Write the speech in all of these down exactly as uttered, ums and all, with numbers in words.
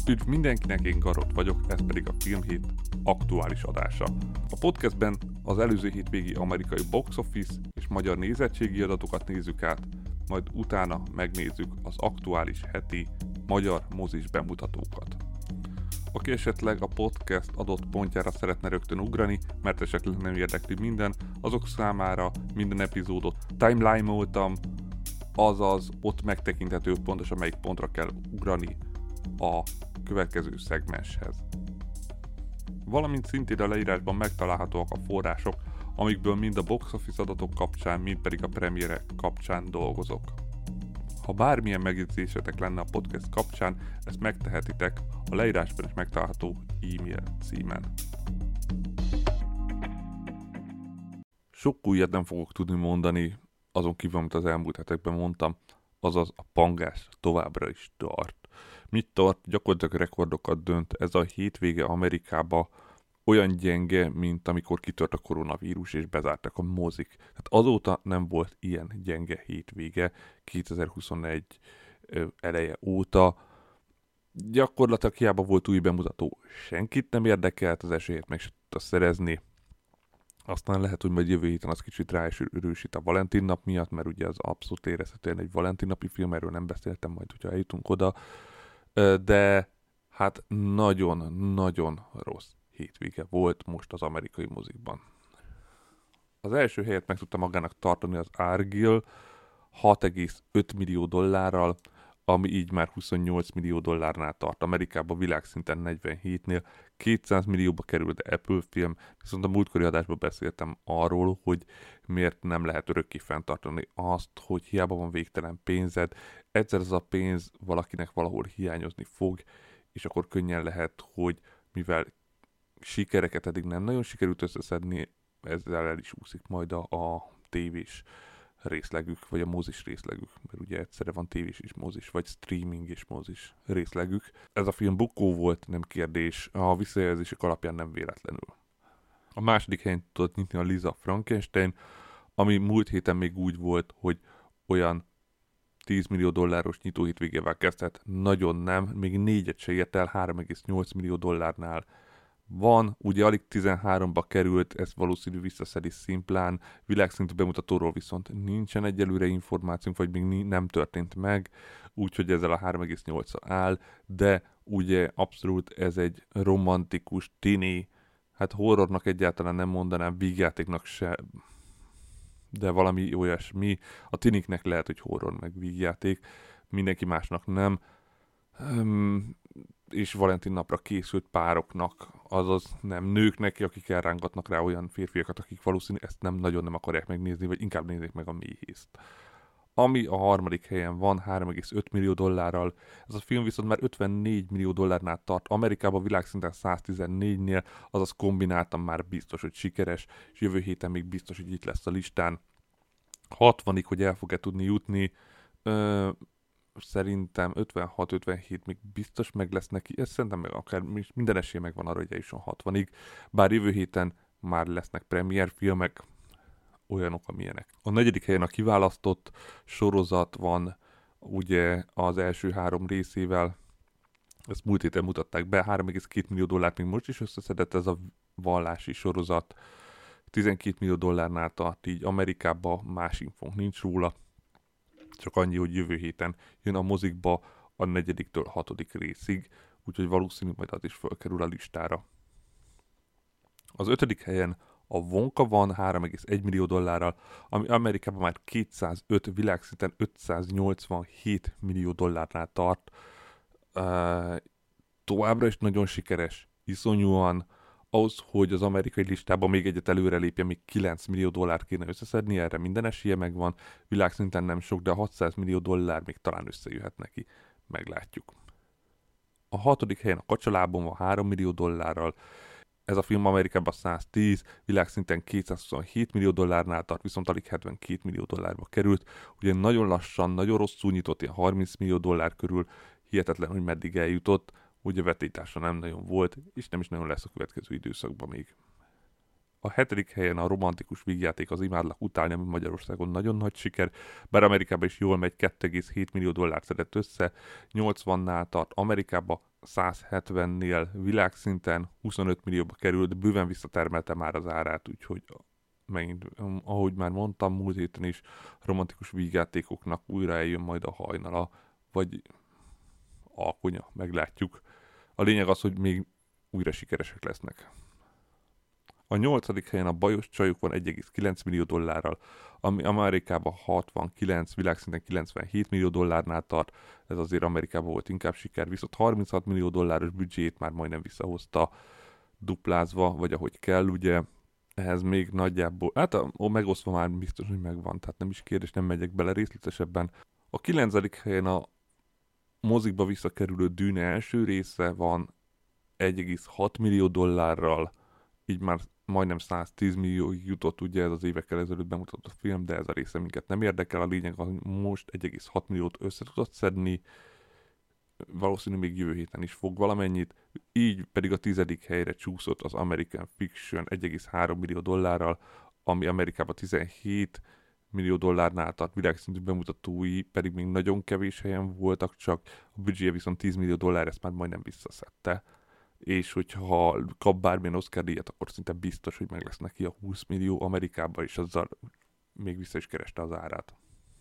Üdv mindenkinek, én Garott vagyok, ez pedig a Filmhét aktuális adása. A podcastben az előző hétvégi amerikai box office és magyar nézettségi adatokat nézzük át, majd utána megnézzük az aktuális heti magyar mozis bemutatókat. Aki esetleg a podcast adott pontjára szeretne rögtön ugrani, mert esetleg nem érdekli minden, azok számára minden epizódot timeline-oltam, azaz ott megtekinthető pontosan melyik pontra kell ugrani a következő szegmenshez. Valamint szintén a leírásban megtalálhatóak a források, amikből mind a box office adatok kapcsán, mind pedig a premierek kapcsán dolgozok. Ha bármilyen megjegyzésetek lenne a podcast kapcsán, ezt megtehetitek a leírásban is megtalálható e-mail címen. Sok újat nem fogok tudni mondani, azon kívül, amit az elmúlt hetekben mondtam, azaz a pangás továbbra is tart. Mit tart? Gyakorlatilag rekordokat dönt. Ez a hétvége Amerikába olyan gyenge, mint amikor kitört a koronavírus és bezártak a mozik. Tehát azóta nem volt ilyen gyenge hétvége kétezer-huszonegy eleje óta. Gyakorlatilag hiába volt új bemutató, senkit nem érdekelt, az esélyét meg se tudta szerezni. Aztán lehet, hogy majd jövő héten az kicsit rá is erősít a Valentin nap miatt, mert ugye az abszolút érezhetően egy Valentin napi film, erről nem beszéltem, majd hogyha eljutunk oda. De hát nagyon-nagyon rossz hétvége volt most az amerikai mozikban. Az első helyet meg tudta magának tartani az Argylle hat egész öt millió dollárral, ami így már huszonnyolc millió dollárnál tart. Amerikában világszinten negyvenhétnél kétszáz millióba került Apple film, viszont a múltkori adásban beszéltem arról, hogy miért nem lehet örökké fenntartani azt, hogy hiába van végtelen pénzed, egyszer ez a pénz valakinek valahol hiányozni fog, és akkor könnyen lehet, hogy mivel sikereket eddig nem nagyon sikerült összeszedni, ezzel el is úszik majd a, a tévés részlegük, vagy a mozis részlegük, mert ugye egyszerre van tévés és mozis, vagy streaming és mozis részlegük. Ez a film bukó volt, nem kérdés, a visszajelzések alapján nem véletlenül. A második helyen tudott nyitni a Lisa Frankenstein, ami múlt héten még úgy volt, hogy olyan tíz millió dolláros nyitóhétvégével kezdett, nagyon nem, még négyet se ért el, három egész nyolc millió dollárnál van, ugye alig tizenháromba került, ez valószínű visszaszedi szimplán, világszintű bemutatóról viszont nincsen egyelőre információnk, vagy még nem történt meg, úgyhogy ezzel a három egész nyolc áll, de ugye abszolút ez egy romantikus, tini, hát horrornak egyáltalán nem mondanám, vígjátéknak se, de valami olyasmi, a tiniknek lehet, hogy horror meg vígjáték, mindenki másnak nem, um, és Valentin napra készült pároknak, azaz nem nőknek, akik elrángatnak rá olyan férfiakat, akik valószínűleg ezt nem nagyon nem akarják megnézni, vagy inkább nézzék meg a méhészt. Ami a harmadik helyen van, három egész öt millió dollárral, ez a film viszont már ötvennégy millió dollárnál tart, Amerikában világszinten száztizennégynél, azaz kombináltan már biztos, hogy sikeres, és jövő héten még biztos, hogy itt lesz a listán. hatvanig, hogy el fog-e tudni jutni, ö, szerintem ötvenhat ötvenhét még biztos meg lesz neki, ez szerintem meg akár minden esélye megvan arra, hogy eljusson hatvanig, bár jövő héten már lesznek premier filmek, olyanok, amilyenek. A negyedik helyen a kiválasztott sorozat van, ugye az első három részével, ezt múlt héten mutatták be, három egész két millió dollárt még most is összeszedett ez a vallási sorozat, tizenkét millió dollárnál tart, így Amerikában más infónk nincs róla, csak annyi, hogy jövő héten jön a mozikba a negyediktől hatodik részig, úgyhogy valószínű majd az is felkerül a listára. Az ötödik helyen a Wonka van három egész egy millió dollárral, ami Amerikában már kétszázöt, világszinten ötszáznyolcvanhét millió dollárnál tart. Uh, továbbra is nagyon sikeres, iszonyúan. Ahhoz, hogy az amerikai listában még egyet előrelépje, még kilenc millió dollárt kéne összeszedni, erre minden esélye megvan, világszinten nem sok, de hatszáz millió dollár még talán összejöhet neki, meglátjuk. A hatodik helyen a Kacsalábon van három millió dollárral, ez a film Amerikában száztíz, világszinten kétszázhuszonhét millió dollárnál tart, viszont alig hetvenkét millió dollárba került, ugye nagyon lassan, nagyon rosszul nyitott, ilyen harminc millió dollár körül, hihetetlen, hogy meddig eljutott, ugye vetélytársa nem nagyon volt, és nem is nagyon lesz a következő időszakban még. A hetedik helyen a romantikus vígjáték Az imádlak utálni, ami Magyarországon nagyon nagy siker, bár Amerikában is jól megy, két egész hét millió dollárt szedett össze, nyolcvannál tart Amerikában, százhetvennél világszinten huszonöt millióba került, de bőven visszatermelte már az árát, úgyhogy megint, ahogy már mondtam, múlt héten is romantikus vígjátékoknak újra eljön majd a hajnala, vagy alkonya, meglátjuk. A lényeg az, hogy még újra sikeresek lesznek. A nyolcadik helyen a Bajos csajok van egy egész kilenc millió dollárral, ami Amerikában hatvankilenc, világszinten kilencvenhét millió dollárnál tart, ez azért Amerikában volt inkább siker, viszont harminchat millió dolláros büdzséjét már majdnem visszahozta, duplázva, vagy ahogy kell, ugye, ehhez még nagyjából, hát a, a megosztva már biztos, hogy megvan, tehát nem is kérdés, nem megyek bele részletesebben. A kilencedik helyen a mozikba visszakerülő Dűne első része van egy egész hat millió dollárral, így már majdnem száztíz millióig jutott, ugye ez az évekkel ezelőtt bemutatott a film, de ez a része minket nem érdekel, a lényeg, hogy most egy egész hat milliót össze tudott szedni, valószínűleg még jövő héten is fog valamennyit, így pedig a tizedik helyre csúszott az American Fiction egy egész három millió dollárral, ami Amerikában tizenhét millió dollárnál tart, világszintű bemutatói pedig még nagyon kevés helyen voltak, csak a büdzséje viszont tíz millió dollár, ezt már majdnem visszaszedte. És hogyha kap bármilyen Oscar díjat, akkor szinte biztos, hogy meg lesz neki a húsz millió Amerikában, és azzal még vissza is kereste az árát.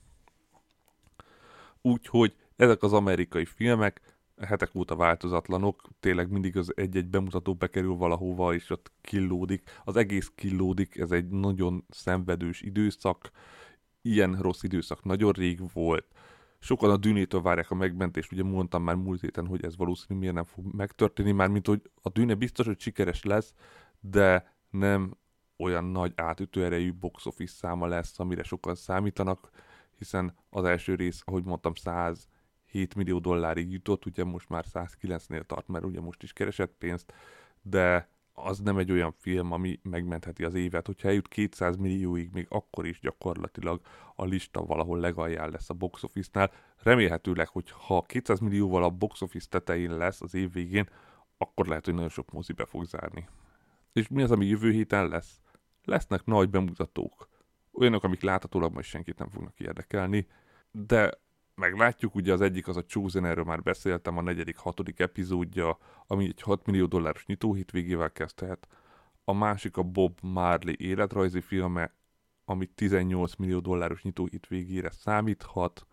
Úgyhogy ezek az amerikai filmek hetek óta változatlanok, tényleg mindig az egy-egy bemutató bekerül valahova, és ott killódik. Az egész killódik, ez egy nagyon szenvedős időszak, ilyen rossz időszak nagyon rég volt. Sokan a Dűnétől várják a megmentést, ugye mondtam már múlt héten, hogy ez valószínű miért nem fog megtörténni, már mint hogy a Dűne biztos, hogy sikeres lesz, de nem olyan nagy átütő erejű box office száma lesz, amire sokan számítanak, hiszen az első rész, ahogy mondtam, százhét millió dollárig jutott, ugye most már százkilencnél tart, mert ugye most is keresett pénzt, de az nem egy olyan film, ami megmentheti az évet. Hogyha eljut kétszáz millióig, még akkor is gyakorlatilag a lista valahol legalján lesz a box office-nál. Remélhetőleg, hogy ha kétszáz millióval a box office tetején lesz az év végén, akkor lehet, hogy nagyon sok mozi be fog zárni. És mi az, ami jövő héten lesz? Lesznek nagy bemutatók. Olyanok, amik láthatólag majd senkit nem fognak érdekelni, de meglátjuk, ugye az egyik az a Chosen, erről már beszéltem, a negyedik, hatodik epizódja, ami egy hat millió dolláros nyitóhétvégével kezdhet. A másik a Bob Marley életrajzi filme, ami tizennyolc millió dolláros nyitóhétvégére számíthat.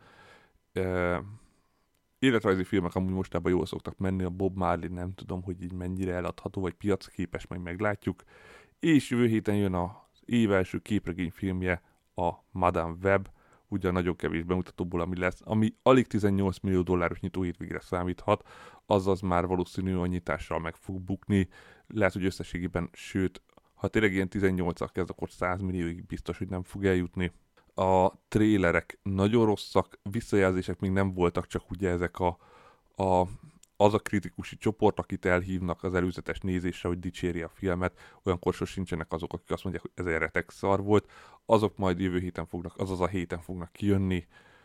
E, életrajzi filmek amúgy mostában jól szoktak menni, a Bob Marley nem tudom, hogy így mennyire eladható, vagy piacképes, majd meglátjuk. És jövő héten jön az év első képregényfilmje, a Madame Web, ugye nagyon kevés bemutatóból, ami lesz, ami alig tizennyolc millió dolláros nyitó hétvégére számíthat, azaz már valószínű a nyitással meg fog bukni, lehet, hogy összességében, sőt, ha tényleg ilyen tizennyolccal kezd, akkor száz millióig biztos, hogy nem fog eljutni. A trélerek nagyon rosszak, visszajelzések még nem voltak, csak ugye ezek a, a az a kritikusi csoport, akit elhívnak az előzetes nézésre, hogy dicséri a filmet, olyankor sincsenek azok, akik azt mondják, hogy ez egy retek szar volt, azok majd jövő héten fognak, azaz a héten fognak kijönni.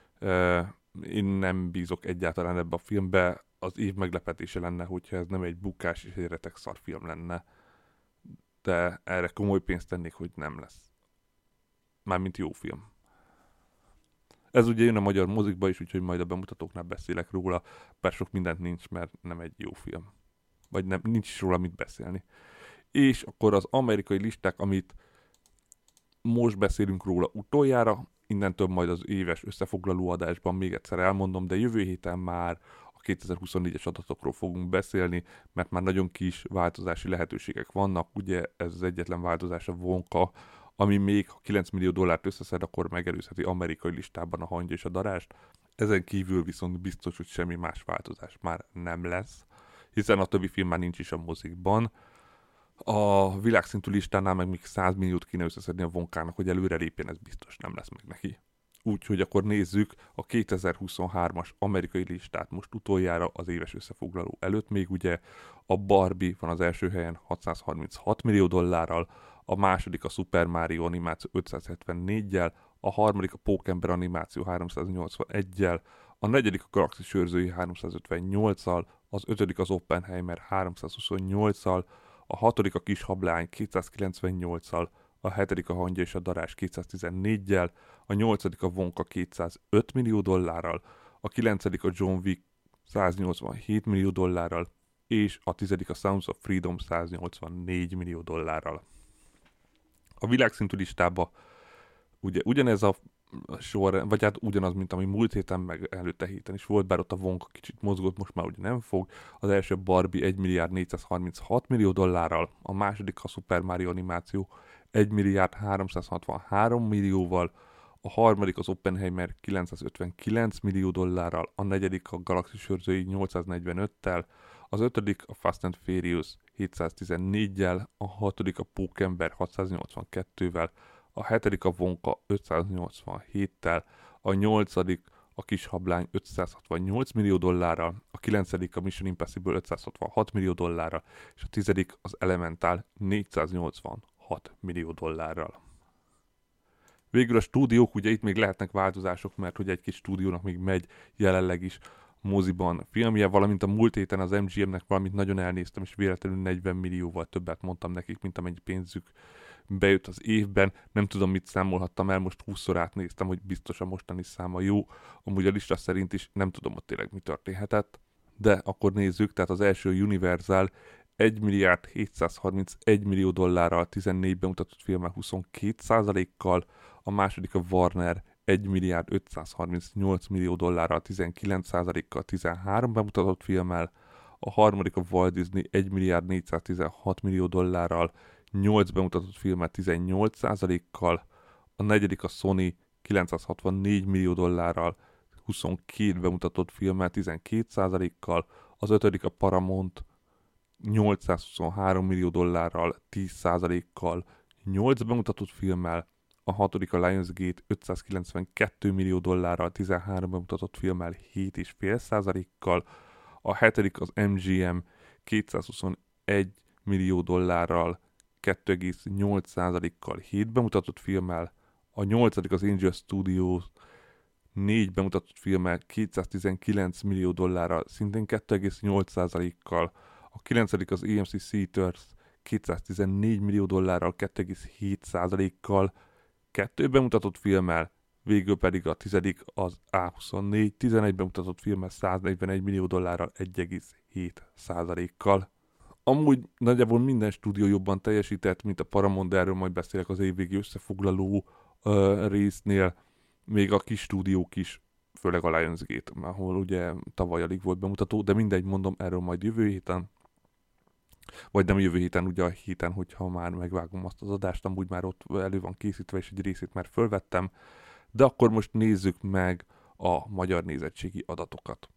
Én nem bízok egyáltalán ebbe a filmbe, az év meglepetése lenne, hogyha ez nem egy bukás és egy retek szar film lenne. De erre komoly pénzt tennék, hogy nem lesz. Mármint jó film. Ez ugye jön a magyar mozikba is, úgyhogy majd a bemutatóknál beszélek róla, bár sok mindent nincs, mert nem egy jó film. Vagy nem, nincs is róla mit beszélni. És akkor az amerikai listák, amit most beszélünk róla utoljára, innentől majd az éves összefoglaló adásban még egyszer elmondom, de jövő héten már a kétezer-huszonnégyes adatokról fogunk beszélni, mert már nagyon kis változási lehetőségek vannak. Ugye ez az egyetlen változás a Wonka, ami még ha kilenc millió dollárt összeszed, akkor megelőzheti amerikai listában a Hangya és a Darást. Ezen kívül viszont biztos, hogy semmi más változás már nem lesz, hiszen a többi film már nincs is a mozikban. A világszintű listánál meg még száz milliót kéne összeszedni a Wonkának, hogy előrelépjen, ez biztos nem lesz meg neki. Úgyhogy akkor nézzük a kétezer-huszonhármas amerikai listát most utoljára az éves összefoglaló előtt. Még ugye a Barbie van az első helyen hatszázharminchat millió dollárral, a második a Super Mario animáció ötszázhetvennégyel, a harmadik a Pókember animáció háromszáznyolcvanegyel, a negyedik a Galaxis őrzői háromszázötvennyolccal, az ötödik az Oppenheimer háromszázhuszonnyolccal, a hatodik a Kis hableány kétszázkilencvennyolccal, a hetedik a Hangya és a Darás kétszáztizennégyel, a nyolcadik a Wonka kétszázöt millió dollárral, a kilencedik a John Wick száznyolcvanhét millió dollárral, és a tizedik a Sounds of Freedom száznyolcvannégy millió dollárral. A világszintű listában ugye ugyanez a sor, vagy hát ugyanaz, mint ami múlt héten, meg előtte héten is volt, bár ott a Wonka kicsit mozgott, most már ugye nem fog. Az első Barbie egy milliárd négyszázharminchat millió dollárral, a második a Super Mario animáció egy milliárd háromszázhatvanhárom millióval, a harmadik az Oppenheimer kilencszázötvenkilenc millió dollárral, a negyedik a Galaxy Sörzői nyolcszáznegyvenöttel, az ötödik a Fast and Furious hétszáztizennégyel, a hatodik a Pókember hatszáznyolcvankettővel, a hetedik a Wonka ötszáznyolcvanhéttel, a nyolcadik a Kis Hablány ötszázhatvannyolc millió dollárral, a kilencedik a Mission Impossible ötszázhatvanhat millió dollárral, és a tizedik az Elemental négyszáznyolcvanhat millió dollárral. Végül a stúdiók, ugye itt még lehetnek változások, mert hogy egy kis stúdiónak még megy jelenleg is moziban filmje, valamint a múlt héten az em gé em-nek valamit nagyon elnéztem, és véletlenül negyven millióval többet mondtam nekik, mint amennyi pénzük bejött az évben. Nem tudom, mit számolhattam el, most húszszor átnéztem, hogy biztos a mostani száma jó. Amúgy a lista szerint is nem tudom, hogy tényleg mi történhetett. De akkor nézzük, tehát az első Universal egy milliárd hétszázharmincegy millió dollárral, tizennégy bemutatott filmmel huszonkét százalékkal, a második a Warner egy milliárd ötszázharmincnyolc millió dollárral, tizenkilenc százalékkal, tizenhárom bemutatott filmmel, a harmadik a Walt Disney egy milliárd négyszáztizenhat millió dollárral, nyolc bemutatott filmmel tizennyolc százalékkal, a negyedik a Sony kilencszázhatvannégy millió dollárral, huszonkét bemutatott filmmel tizenkét százalékkal, az ötödik a Paramount nyolcszázhuszonhárom millió dollárral, tíz százalékkal, nyolc bemutatott filmmel, a hatodik a Lionsgate ötszázkilencvenkettő millió dollárral, tizenhárom bemutatott filmmel, hét egész öt százalékkal, a hetedik az em gé em kétszázhuszonegy millió dollárral, kettő egész nyolc százalékkal, hét bemutatott filmmel, a nyolcadik az Angel Studios négy bemutatott filmmel, kétszáztizenkilenc millió dollárral, szintén kettő egész nyolc százalékkal, a kilencedik az á em cé Theatres kétszáztizennégy millió dollárral, kettő egész hét százalékkal, kettő bemutatott filmmel, végül pedig a tizedik az á huszonnégy, tizenegy bemutatott filmmel, száznegyvenegy millió dollárral, egy egész hét százalékkal. Amúgy nagyjából minden stúdió jobban teljesített, mint a Paramount, de erről majd beszélek az évvégi összefoglaló uh, résznél, még a kis stúdiók is, főleg a Lionsgate, ahol ugye tavaly alig volt bemutató, de mindegy, mondom, erről majd jövő héten, vagy nem jövő héten, ugye a héten, hogyha már megvágom azt az adást, amúgy már ott elő van készítve, és egy részét már fölvettem, de akkor most nézzük meg a magyar nézettségi adatokat.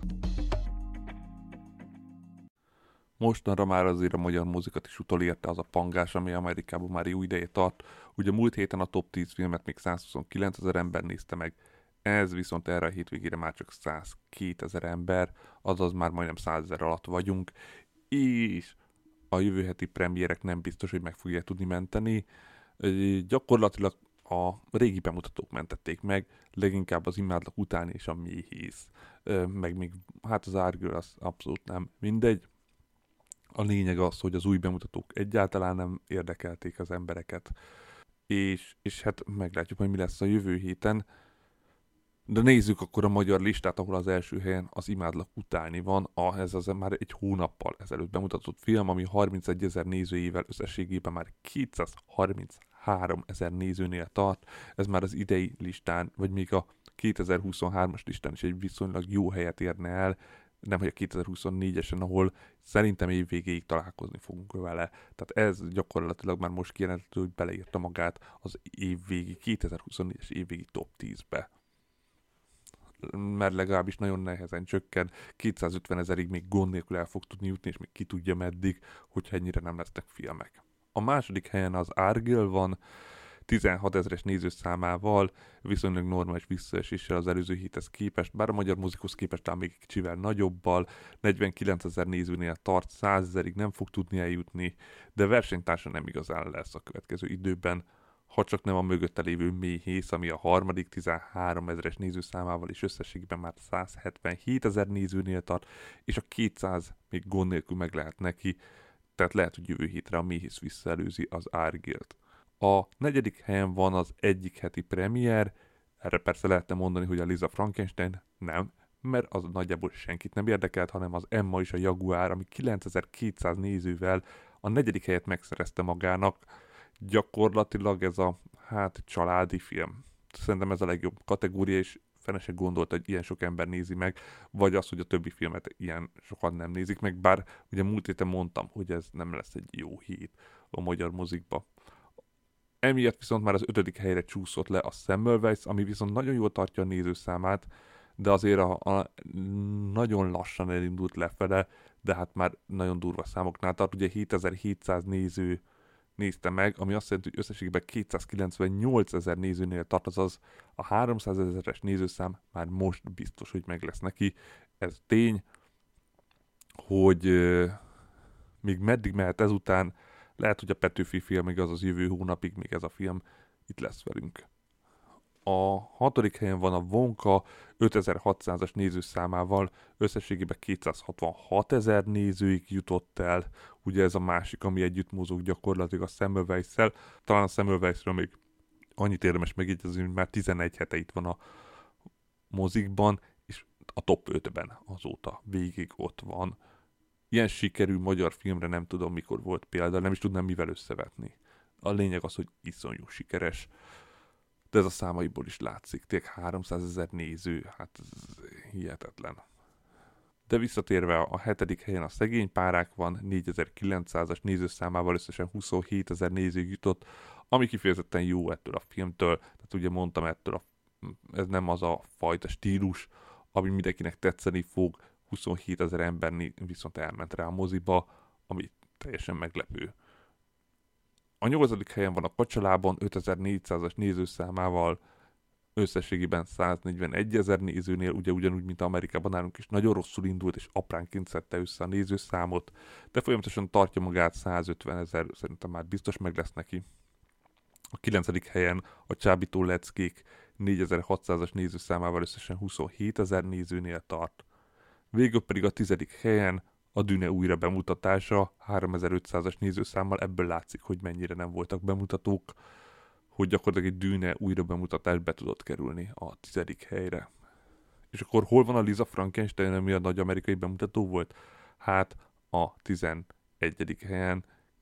Mostanra már azért a magyar mozikat is utolérte az a pangás, ami Amerikában már jó ideje tart. Ugye múlt héten a top tíz filmet még százhuszonkilenc ezer ember nézte meg, ez viszont erre a hétvégére már csak százkettő ezer ember, azaz már majdnem százezer alatt vagyunk, és a jövő heti premierek nem biztos, hogy meg fogják tudni menteni. Gyakorlatilag a régi bemutatók mentették meg, leginkább az Imádlak után és a Méhész. Meg még, hát az Árgőr az abszolút nem mindegy. A lényeg az, hogy az új bemutatók egyáltalán nem érdekelték az embereket, és, és hát meglátjuk, hogy mi lesz a jövő héten. De nézzük akkor a magyar listát, ahol az első helyen az Imádlak utáni van. A, ez az már egy hónappal ezelőtt bemutatott film, ami harmincegy ezer nézőjével összességében már kétszázharminchárom ezer nézőnél tart. Ez már az idei listán, vagy még a kétezer-huszonhármas listán is egy viszonylag jó helyet érne el, nem hogy a kétezer-huszonnégyesen, ahol szerintem év végéig találkozni fogunk vele. Tehát ez gyakorlatilag már most kijelenthető, hogy beleírta magát az évvégi, kétezer-huszonnégyes évvégi top tízbe. Mert legalábbis nagyon nehezen csökken, kétszázötven ezerig még gond nélkül el fog tudni jutni, és még ki tudja meddig, hogyha ennyire nem lesznek filmek. A második helyen az Árgél van, tizenhat ezeres nézőszámával, viszonylag normális visszaeséssel az előző héthez képest, bár a magyar mozikhoz képest talán még kicsivel nagyobbal, negyvenkilenc ezer nézőnél tart, száz ezerig nem fog tudni eljutni, de versenytársa nem igazán lesz a következő időben, ha csak nem a mögötte lévő Méhész, ami a harmadik tizenhárom ezeres nézőszámával és összességében már százhetvenhét ezer nézőnél tart, és a kétszáz még gond nélkül meg lehet neki, tehát lehet, hogy jövő hétre a Méhész visszaelőzi az Árgélt. A negyedik helyen van az egyik heti premier, erre persze lehetne mondani, hogy a Lisa Frankenstein, nem, mert az nagyjából senkit nem érdekelt, hanem az Emma és a Jaguár, ami kilencezer-kétszáz nézővel a negyedik helyet megszerezte magának. Gyakorlatilag ez a, hát, családi film. Szerintem ez a legjobb kategória, és fene se gondolta, hogy ilyen sok ember nézi meg, vagy az, hogy a többi filmet ilyen sokan nem nézik meg, bár ugye múlt héten mondtam, hogy ez nem lesz egy jó hét a magyar mozikba. Emiatt viszont már az ötödik helyre csúszott le a Semmelweis, ami viszont nagyon jól tartja a nézőszámát, de azért a, a nagyon lassan elindult lefele, de hát már nagyon durva számoknál tart. Ugye hétezer-hétszáz néző nézte meg, ami azt jelenti, hogy összességében kétszázkilencvennyolc ezer nézőnél tart, azaz a háromszázezeres nézőszám már most biztos, hogy meg lesz neki. Ez tény, hogy euh, még meddig mehet ezután, lehet, hogy a Petőfi filmig, azaz jövő hónapig még ez a film itt lesz velünk. A hatodik helyen van a Wonka ötezer-hatszázas nézőszámával, összességében kétszázhatvanhat ezer nézőig jutott el. Ugye ez a másik, ami együtt mozog gyakorlatilag a Semmelweis-szel. Talán a Semmelweisről még annyit érdemes megjegyezni, hogy már tizenegy hete itt van a mozikban, és a top ötben azóta végig ott van. Ilyen sikerű magyar filmre nem tudom, mikor volt példa, nem is tudnám mivel összevetni. A lényeg az, hogy iszonyú sikeres. De ez a számaiból is látszik. Tényleg háromszázezer néző, hát ez hihetetlen. De visszatérve a hetedik helyen a Szegény párák van, négyezer-kilencszázas nézőszámával összesen huszonhét ezer néző jutott, ami kifejezetten jó ettől a filmtől. Tehát ugye mondtam, ettől a, ez nem az a fajta stílus, ami mindenkinek tetszeni fog. huszonhét ezer ember viszont elment rá a moziba, ami teljesen meglepő. A nyolcadik helyen van a Kacsalában ötezer-négyszázas nézőszámával, összességében száznegyvenegy ezer nézőnél, ugye ugyanúgy, mint Amerikában nálunk is nagyon rosszul indult, és apránként szedte össze a nézőszámot, de folyamatosan tartja magát, százötven ezer, szerintem már biztos meg lesz neki. A kilencedik helyen a Csábító leckék négyezer-hatszázas nézőszámával összesen huszonhét ezer nézőnél tart. Végül pedig a tizedik helyen a Dűne újra bemutatása háromezer-ötszázas nézőszámmal, ebből látszik, hogy mennyire nem voltak bemutatók, hogy gyakorlatilag egy Dűne újra bemutatás be tudott kerülni a tizedik helyre. És akkor hol van a Lisa Frankenstein, ami a nagy amerikai bemutató volt? Hát a tizenegyedik helyen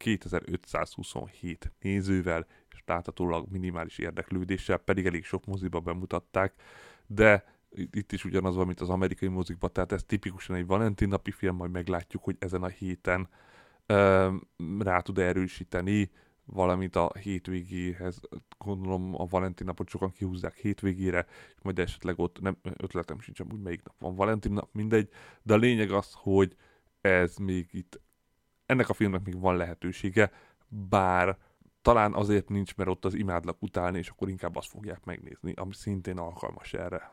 kétezer-ötszázhuszonhét nézővel, és láthatólag minimális érdeklődéssel, pedig elég sok moziba bemutatták, de itt is ugyanaz van, mint az amerikai mozikban, tehát ez tipikusan egy Valentin napi film, majd meglátjuk, hogy ezen a héten ö, rá tud erősíteni, valamint a hétvégéhez, gondolom a Valentin napot sokan kihúzzák hétvégére, és majd esetleg ott, nem, ötletem sincs, úgy melyik nap van Valentin nap, mindegy, de a lényeg az, hogy ez még itt, ennek a filmnek még van lehetősége, bár talán azért nincs, mert ott az imádlak utálni, és akkor inkább azt fogják megnézni, ami szintén alkalmas erre.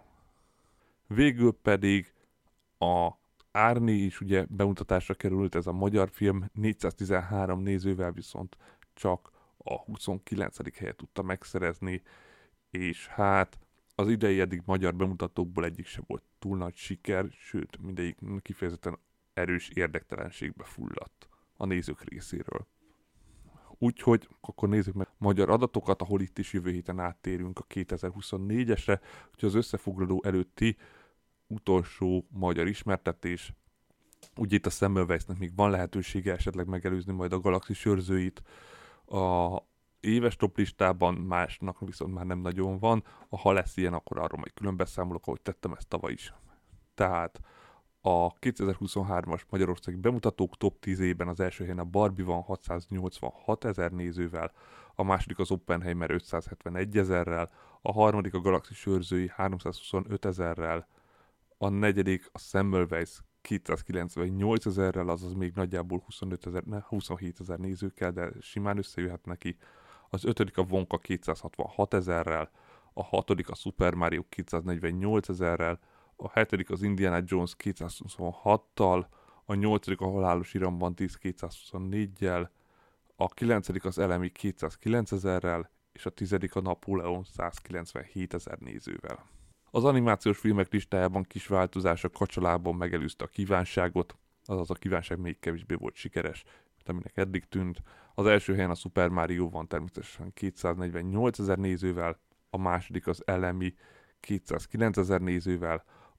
Végül pedig a Árni is ugye bemutatásra került, ez a magyar film, négyszáztizenhárom nézővel viszont csak a huszonkilencedik helyet tudta megszerezni, és hát az idei eddig magyar bemutatókból egyik sem volt túl nagy siker, sőt mindegyik kifejezetten erős érdektelenségbe fulladt a nézők részéről. Úgyhogy akkor nézzük meg magyar adatokat, ahol itt is jövő héten áttérünk a kétezer-huszonnégyesre, úgyhogy az összefoglaló előtti utolsó magyar ismertetés. Ugye itt a Semmelweisnek még van lehetősége esetleg megelőzni majd a Galaxis őrzőit. A éves toplistában másnak viszont már nem nagyon van. Ha lesz ilyen, akkor arról majd külön beszámolok, ahogy tettem ezt tavaly is. Tehát a kétezer-huszonhármas Magyarországi bemutatók top tízében az első helyen a Barbie van hatszáznyolcvanhat ezer nézővel, a második az Oppenheimer ötszázhetvenegy ezerrel, a harmadik a Galaxis őrzői háromszázhuszonöt ezerrel, a negyedik a Semmelweis kétszázkilencvennyolc ezerrel, azaz még nagyjából huszonöt ezer, ne, huszonhét ezer nézőkkel, de simán összejöhet neki. Az ötödik a Wonka kétszázhatvanhat ezerrel, a hatodik a Super Mario kétszáznegyvennyolc ezerrel, a hetedik az Indiana Jones kétszázhuszonhattal, a nyolcadik a Halálos Iramban tíz kétszázhuszonnégyel, a kilencedik az Elemi kétszázkilenc ezerrel, és a tizedik a Napóleon százkilencvenhét ezer nézővel. Az animációs filmek listájában kis változás a Kacsalában megelőzte a Kívánságot, azaz a Kívánság még kevésbé volt sikeres, mint aminek eddig tűnt. Az első helyen a Super Mario van természetesen kétszáznegyvennyolc ezer nézővel, a második az Elemi kétszázkilenc ezer nézővel,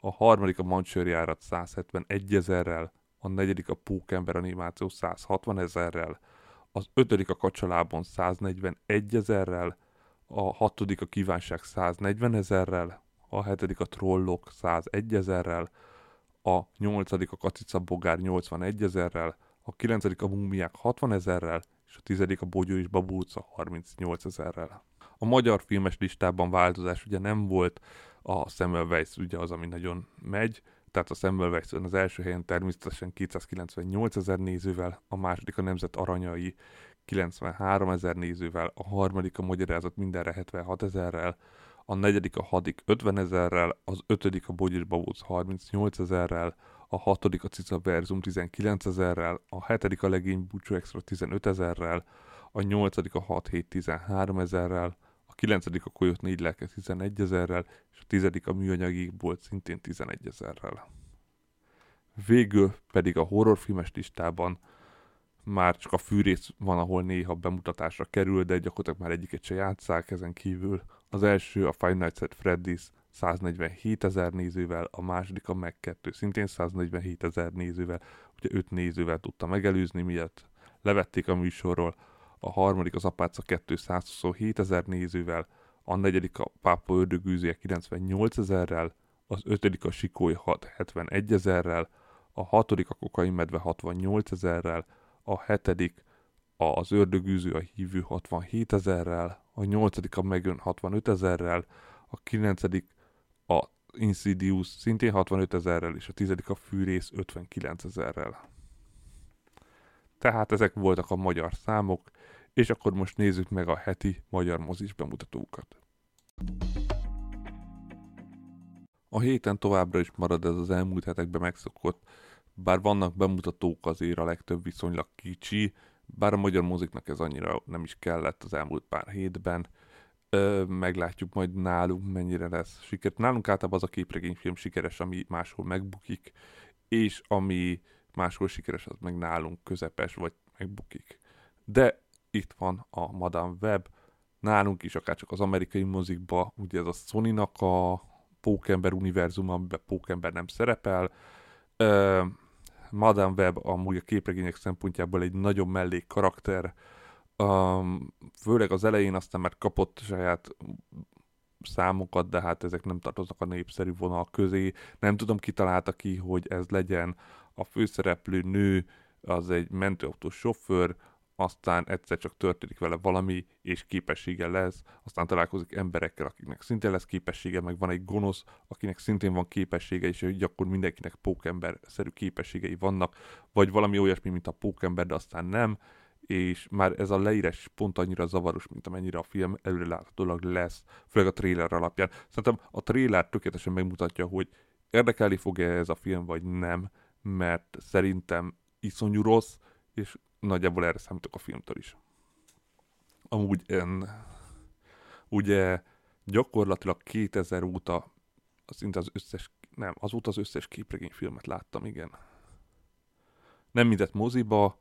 a harmadik a Mancsőrjárat százhetvenegy ezerrel, a negyedik a Pókember animáció százhatvan ezerrel, az ötödik a Kacsalábon száznegyvenegy ezerrel, a hatodik a Kívánság száznegyven ezerrel, a hetedik a Trollok százegy ezerrel, a nyolcadik a Kacica Bogár nyolcvanegy ezerrel, a kilencedik a Múmiák hatvan ezerrel, és a tizedik a Bogyó és Babóca harmincnyolc ezerrel. A magyar filmes listában változás ugye nem volt, a Semmelweis ugye az, ami nagyon megy, tehát a Semmelweis az első helyen természetesen kétszázkilencvennyolc ezer nézővel, a második a Nemzet Aranyai kilencvenhárom ezer nézővel, a harmadik a Magyarázat mindenre hetvenhat ezerrel, a negyedik a Hadik ötven ezerrel, az ötödik a Bogy és Babóc harmincnyolc ezerrel, a hatodik a Cica Verzum tizenkilenc ezerrel, a hetedik a Legény Búcsú Extra tizenöt ezerrel, a nyolcadik a hat hét tizenhárom ezerrel, a kilencedik a Kolyot négy lelke tizenegy ezerrel, és a tizedik a Műanyag Égbolt szintén tizenegy ezerrel. Végül pedig a horrorfilmes listában már csak a Fűrész van, ahol néha bemutatásra kerül, de gyakorlatilag már egyiket se játsszák, ezen kívül. Az első a Five Nights at Freddy's száznegyvenhét ezer nézővel, a második a Meg kettő szintén száznegyvenhét ezer nézővel, ugye öt nézővel tudta megelőzni, miatt levették a műsorról, a harmadik az Apáca kettő százhuszonhét ezer nézővel, a negyedik a Pápa ördögűzője kilencvennyolc ezerrel, az ötödik a Sikoly hat hetvenegy ezerrel, a hatodik a Kokain Medve hatvannyolc ezerrel, a hetedik az Ördögűző a Hívő hatvanhét ezerrel, a nyolcadik a Megön hatvanöt ezerrel, a kilencedik a Insidious szintén hatvanöt ezerrel, és a tizedik a Fűrész ötvenkilenc ezerrel. Tehát ezek voltak a magyar számok, és akkor most nézzük meg a heti magyar mozis bemutatókat. A héten továbbra is marad ez az elmúlt hetekben megszokott, bár vannak bemutatók, azért a legtöbb viszonylag kicsi, bár a magyar moziknak ez annyira nem is kellett az elmúlt pár hétben. Ö, meglátjuk majd nálunk mennyire lesz siker. Nálunk általában az a képregényfilm sikeres, ami máshol megbukik, és ami máshol sikeres, az meg nálunk közepes, vagy megbukik. De itt van a Madame Web, nálunk is, akár csak az amerikai mozikba, ugye ez a Sony-nak a Pókember univerzum, amiben Pókember nem szerepel. Ö, Madame Web amúgy a képregények szempontjából egy nagyon mellék karakter, um, főleg az elején aztán már kapott saját számokat, de hát ezek nem tartoznak a népszerű vonal közé. Nem tudom, ki találta ki, hogy ez legyen. A főszereplő nő az egy mentőautós sofőr, aztán egyszer csak történik vele valami, és képessége lesz, aztán találkozik emberekkel, akiknek szintén lesz képessége, meg van egy gonosz, akinek szintén van képessége, és így akkor mindenkinek pókember-szerű képességei vannak, vagy valami olyasmi, mint a pókember, de aztán nem, és már ez a leírás pont annyira zavaros, mint amennyire a film előreláthatólag lesz, főleg a trailer alapján. Szerintem a trailer tökéletesen megmutatja, hogy érdekelni fog-e ez a film, vagy nem, mert szerintem iszonyú rossz, és nagyjából erre számítok a filmtől is. Amúgy en, ugye gyakorlatilag kétezer óta szinte az összes, nem, azóta az összes képregényfilmet láttam, igen. Nem mindent moziba,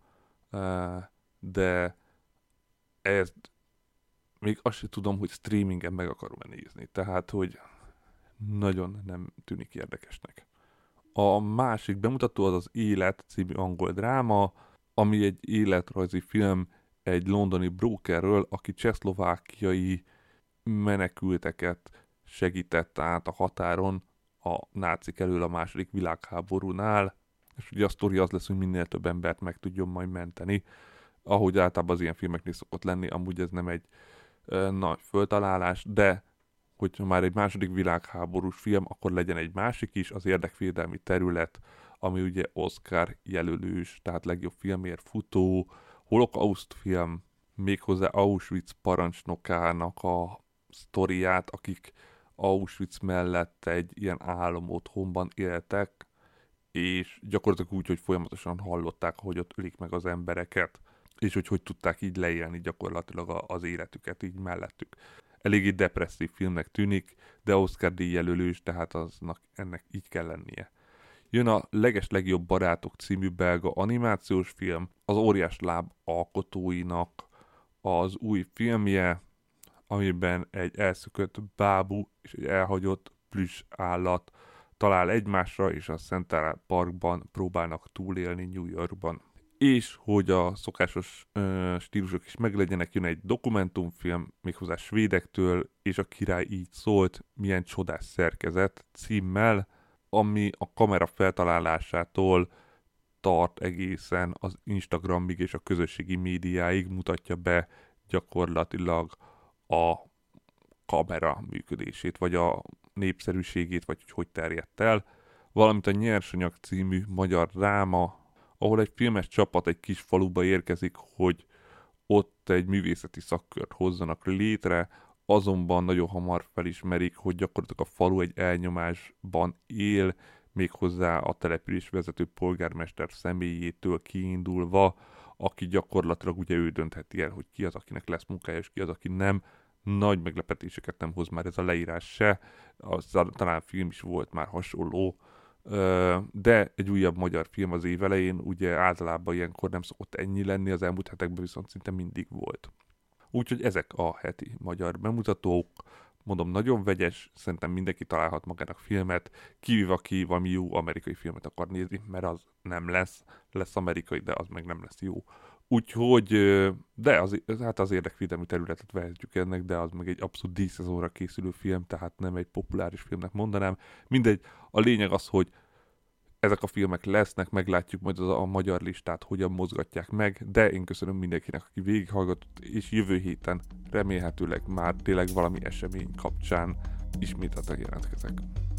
de ezt még azt sem tudom, hogy streamingen meg akarom-e nézni. Tehát, hogy nagyon nem tűnik érdekesnek. A másik bemutató az az Élet című angol dráma, ami egy életrajzi film egy londoni brokerről, aki csehszlovákiai menekülteket segített át a határon a nácik elől a második világháborúnál, és ugye a sztori az lesz, hogy minél több embert meg tudjon majd menteni, ahogy általában az ilyen filmeknél szokott lenni, amúgy ez nem egy e, nagy föltalálás, de hogyha már egy második világháborús film, akkor legyen egy másik is, az érdekvédelmi terület, ami ugye Oscar jelölős, tehát legjobb filmért futó, holokauszt film, méghozzá Auschwitz parancsnokának a sztoriát, akik Auschwitz mellett egy ilyen álom otthonban éltek, és gyakorlatilag úgy, hogy folyamatosan hallották, hogy ott ölik meg az embereket, és hogy hogy tudták így leélni gyakorlatilag az életüket így mellettük. Eléggé depresszív filmnek tűnik, de Oscar-díj jelölős, tehát aznak ennek így kell lennie. Jön a Leges legjobb barátok című belga animációs film, az Óriás láb alkotóinak az új filmje, amiben egy elszökött bábú és egy elhagyott plüss állat talál egymásra, és a Central Parkban próbálnak túlélni New Yorkban. És hogy a szokásos ö, stílusok is meglegyenek, jön egy dokumentumfilm, méghozzá svédektől, és a király így szólt, milyen csodás szerkezet címmel, ami a kamera feltalálásától tart egészen az Instagramig és a közösségi médiáig, mutatja be gyakorlatilag a kamera működését, vagy a népszerűségét, vagy hogy, hogy terjedt el, valamint a Nyersanyag című magyar dráma, ahol egy filmes csapat egy kis faluba érkezik, hogy ott egy művészeti szakkört hozzanak létre, azonban nagyon hamar felismerik, hogy gyakorlatilag a falu egy elnyomásban él, méghozzá a település vezető polgármester személyétől kiindulva, aki gyakorlatilag ugye ő döntheti el, hogy ki az, akinek lesz munkája, és ki az, aki nem. Nagy meglepetéseket nem hoz már ez a leírás se, az, talán film is volt már hasonló, de egy újabb magyar film az év elején, ugye általában ilyenkor nem szokott ennyi lenni, az elmúlt hetekben viszont szinte mindig volt. Úgyhogy ezek a heti magyar bemutatók, mondom, nagyon vegyes, szerintem mindenki találhat magának filmet, kivéve aki valami jó amerikai filmet akar nézni, mert az nem lesz, lesz amerikai, de az meg nem lesz jó. Úgyhogy, de az, hát az érdekvédelmi területet vehetjük ennek, de az meg egy abszolút díszszezonra készülő film, tehát nem egy populáris filmnek mondanám. Mindegy, a lényeg az, hogy ezek a filmek lesznek, meglátjuk majd az a magyar listát, hogyan mozgatják meg, de én köszönöm mindenkinek, aki végighallgatott, és jövő héten remélhetőleg már tényleg valami esemény kapcsán ismételten jelentkezek.